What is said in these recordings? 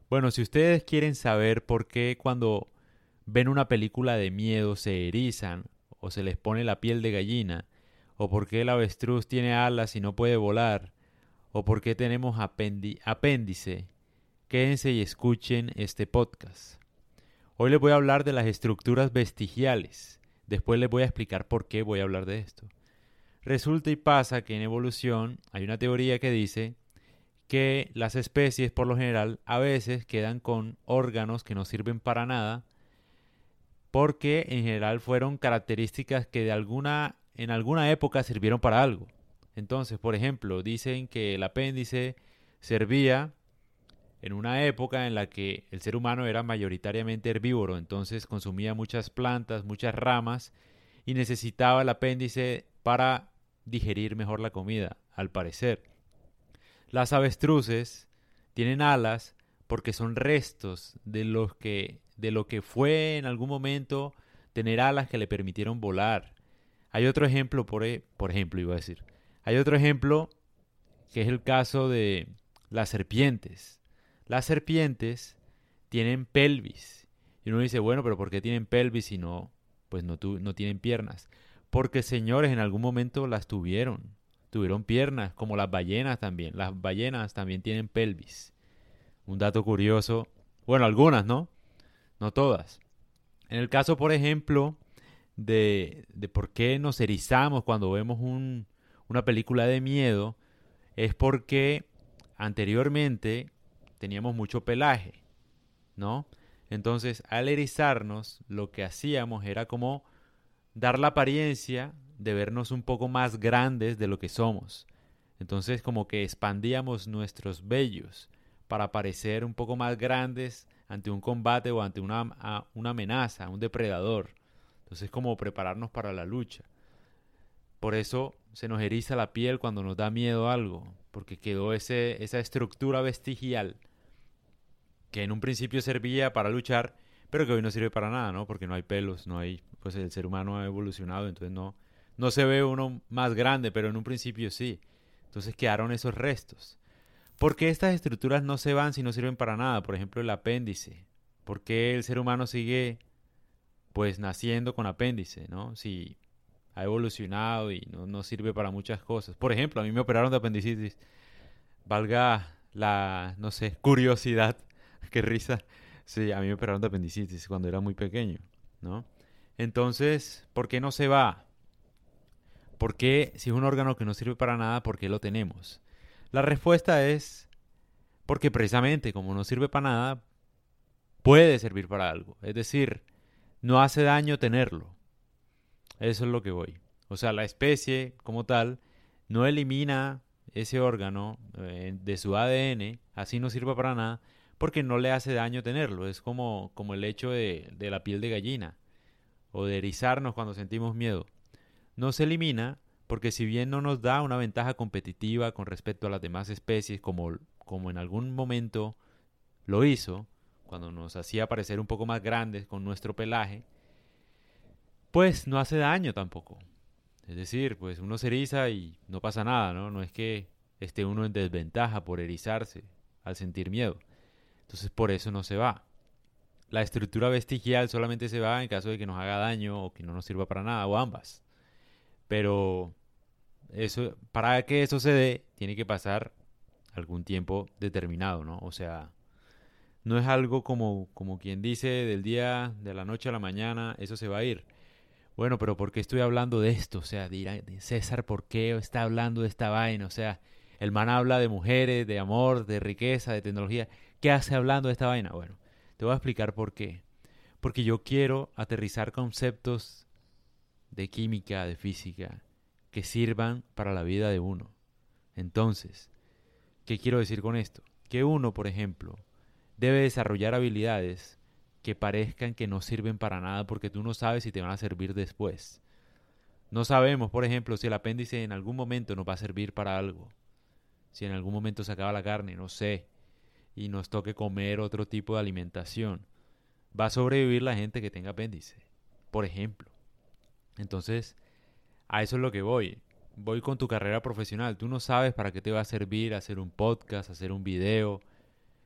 Bueno, si ustedes quieren saber por qué cuando ven una película de miedo se erizan o se les pone la piel de gallina, o por qué el avestruz tiene alas y no puede volar, o por qué tenemos apéndice, quédense y escuchen este podcast. Hoy les voy a hablar de las estructuras vestigiales. Después les voy a explicar por qué voy a hablar de esto. Resulta y pasa que en evolución hay una teoría que dice que las especies por lo general a veces quedan con órganos que no sirven para nada porque en general fueron características que en alguna época sirvieron para algo. Entonces, por ejemplo, dicen que el apéndice servía en una época en la que el ser humano era mayoritariamente herbívoro, entonces consumía muchas plantas, muchas ramas y necesitaba el apéndice para digerir mejor la comida, al parecer. Las avestruces tienen alas porque son restos de lo que fue en algún momento tener alas que le permitieron volar. Hay otro ejemplo, por ejemplo, iba a decir. Hay otro ejemplo que es el caso de las serpientes. Las serpientes tienen pelvis. Y uno dice, bueno, pero ¿por qué tienen pelvis si no, pues no tienen piernas? Porque, señores, en algún momento las tuvieron. Tuvieron piernas, como las ballenas también. Las ballenas también tienen pelvis. Un dato curioso. Bueno, algunas, ¿no? No todas. En el caso, por ejemplo, de por qué nos erizamos cuando vemos una película de miedo, es porque anteriormente teníamos mucho pelaje, ¿no? Entonces, al erizarnos, lo que hacíamos era como dar la apariencia de vernos un poco más grandes de lo que somos. Entonces, como que expandíamos nuestros vellos para parecer un poco más grandes ante un combate o ante una amenaza, un depredador. Entonces, como prepararnos para la lucha. Por eso se nos eriza la piel cuando nos da miedo algo, porque quedó esa estructura vestigial que en un principio servía para luchar, pero que hoy no sirve para nada, ¿no? Porque no hay pelos, no hay, pues el ser humano ha evolucionado, entonces no se ve uno más grande, pero en un principio sí. Entonces quedaron esos restos. ¿Por qué estas estructuras no se van si no sirven para nada? Por ejemplo, el apéndice. ¿Por qué el ser humano sigue, pues, naciendo con apéndice, ¿no? Si ha evolucionado y no sirve para muchas cosas. Por ejemplo, a mí me operaron de apendicitis. Valga la, no sé, curiosidad. Qué risa. Sí, a mí me operaron de apendicitis cuando era muy pequeño, ¿no? Entonces, ¿por qué no se va? ¿Por qué, si es un órgano que no sirve para nada, por qué lo tenemos? La respuesta es porque precisamente como no sirve para nada, puede servir para algo. Es decir, no hace daño tenerlo. Eso es lo que voy. O sea, la especie como tal no elimina ese órgano de su ADN, así no sirva para nada, porque no le hace daño tenerlo. Es como el hecho de la piel de gallina o de erizarnos cuando sentimos miedo. No se elimina porque si bien no nos da una ventaja competitiva con respecto a las demás especies, como en algún momento lo hizo, cuando nos hacía parecer un poco más grandes con nuestro pelaje, pues no hace daño tampoco. Es decir, pues uno se eriza y no pasa nada, ¿no? No es que esté uno en desventaja por erizarse al sentir miedo. Entonces por eso no se va. La estructura vestigial solamente se va en caso de que nos haga daño o que no nos sirva para nada o ambas. Pero eso, para que eso se dé, tiene que pasar algún tiempo determinado, ¿no? O sea, no es algo como quien dice del día, de la noche a la mañana, eso se va a ir. Bueno, pero ¿por qué estoy hablando de esto? O sea, dirá César, ¿por qué está hablando de esta vaina? O sea, el man habla de mujeres, de amor, de riqueza, de tecnología. ¿Qué hace hablando de esta vaina? Bueno, te voy a explicar por qué. Porque yo quiero aterrizar conceptos de química, de física, que sirvan para la vida de uno. Entonces, ¿qué quiero decir con esto? Que uno, por ejemplo, debe desarrollar habilidades que parezcan que no sirven para nada porque tú no sabes si te van a servir después. No sabemos, por ejemplo, si el apéndice en algún momento nos va a servir para algo. Si en algún momento se acaba la carne, no sé, y nos toque comer otro tipo de alimentación. Va a sobrevivir la gente que tenga apéndice, por ejemplo. Entonces, a eso es lo que voy. Voy con tu carrera profesional. Tú no sabes para qué te va a servir hacer un podcast, hacer un video,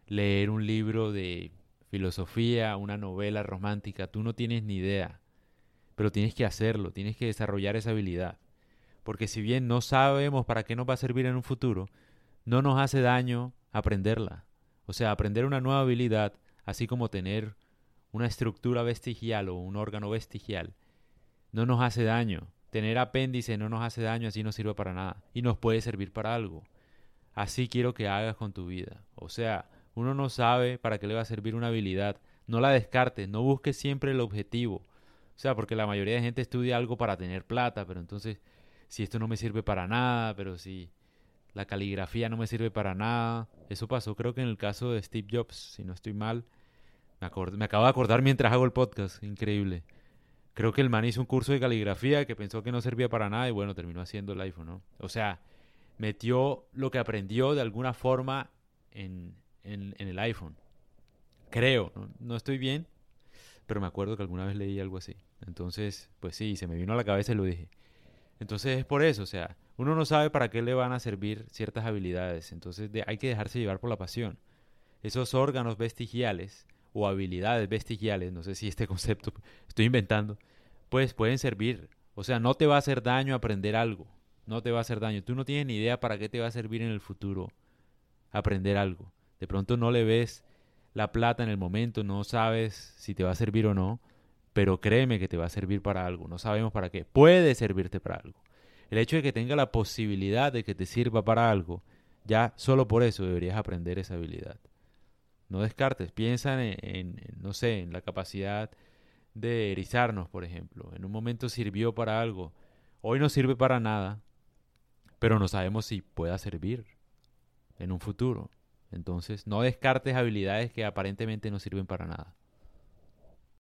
leer un libro de filosofía, una novela romántica, tú no tienes ni idea, pero tienes que hacerlo, tienes que desarrollar esa habilidad. Porque si bien no sabemos para qué nos va a servir en un futuro, no nos hace daño aprenderla. O sea, aprender una nueva habilidad, así como tener una estructura vestigial o un órgano vestigial, no nos hace daño. Tener apéndice no nos hace daño, así no sirve para nada. Y nos puede servir para algo. Así quiero que hagas con tu vida. O sea, uno no sabe para qué le va a servir una habilidad. No la descartes, no busques siempre el objetivo. O sea, porque la mayoría de gente estudia algo para tener plata, pero entonces, si esto no me sirve para nada, pero si la caligrafía no me sirve para nada. Eso pasó creo que en el caso de Steve Jobs, si no estoy mal. Me acabo de acordar mientras hago el podcast, increíble. Creo que el man hizo un curso de caligrafía que pensó que no servía para nada y bueno, terminó haciendo el iPhone, ¿no? O sea, metió lo que aprendió de alguna forma en el iPhone. Creo, ¿no? No estoy bien, pero me acuerdo que alguna vez leí algo así. Entonces, pues sí, se me vino a la cabeza y lo dije. Entonces es por eso, o sea, uno no sabe para qué le van a servir ciertas habilidades, entonces hay que dejarse llevar por la pasión. Esos órganos vestigiales o habilidades vestigiales, no sé si este concepto estoy inventando, pues pueden servir. O sea, no te va a hacer daño aprender algo, no te va a hacer daño. Tú no tienes ni idea para qué te va a servir en el futuro aprender algo. De pronto no le ves la plata en el momento, no sabes si te va a servir o no, pero créeme que te va a servir para algo. No sabemos para qué. Puede servirte para algo. El hecho de que tenga la posibilidad de que te sirva para algo, ya solo por eso deberías aprender esa habilidad. No descartes, piensa no sé, en la capacidad de erizarnos, por ejemplo. En un momento sirvió para algo, hoy no sirve para nada, pero no sabemos si pueda servir en un futuro. Entonces, no descartes habilidades que aparentemente no sirven para nada.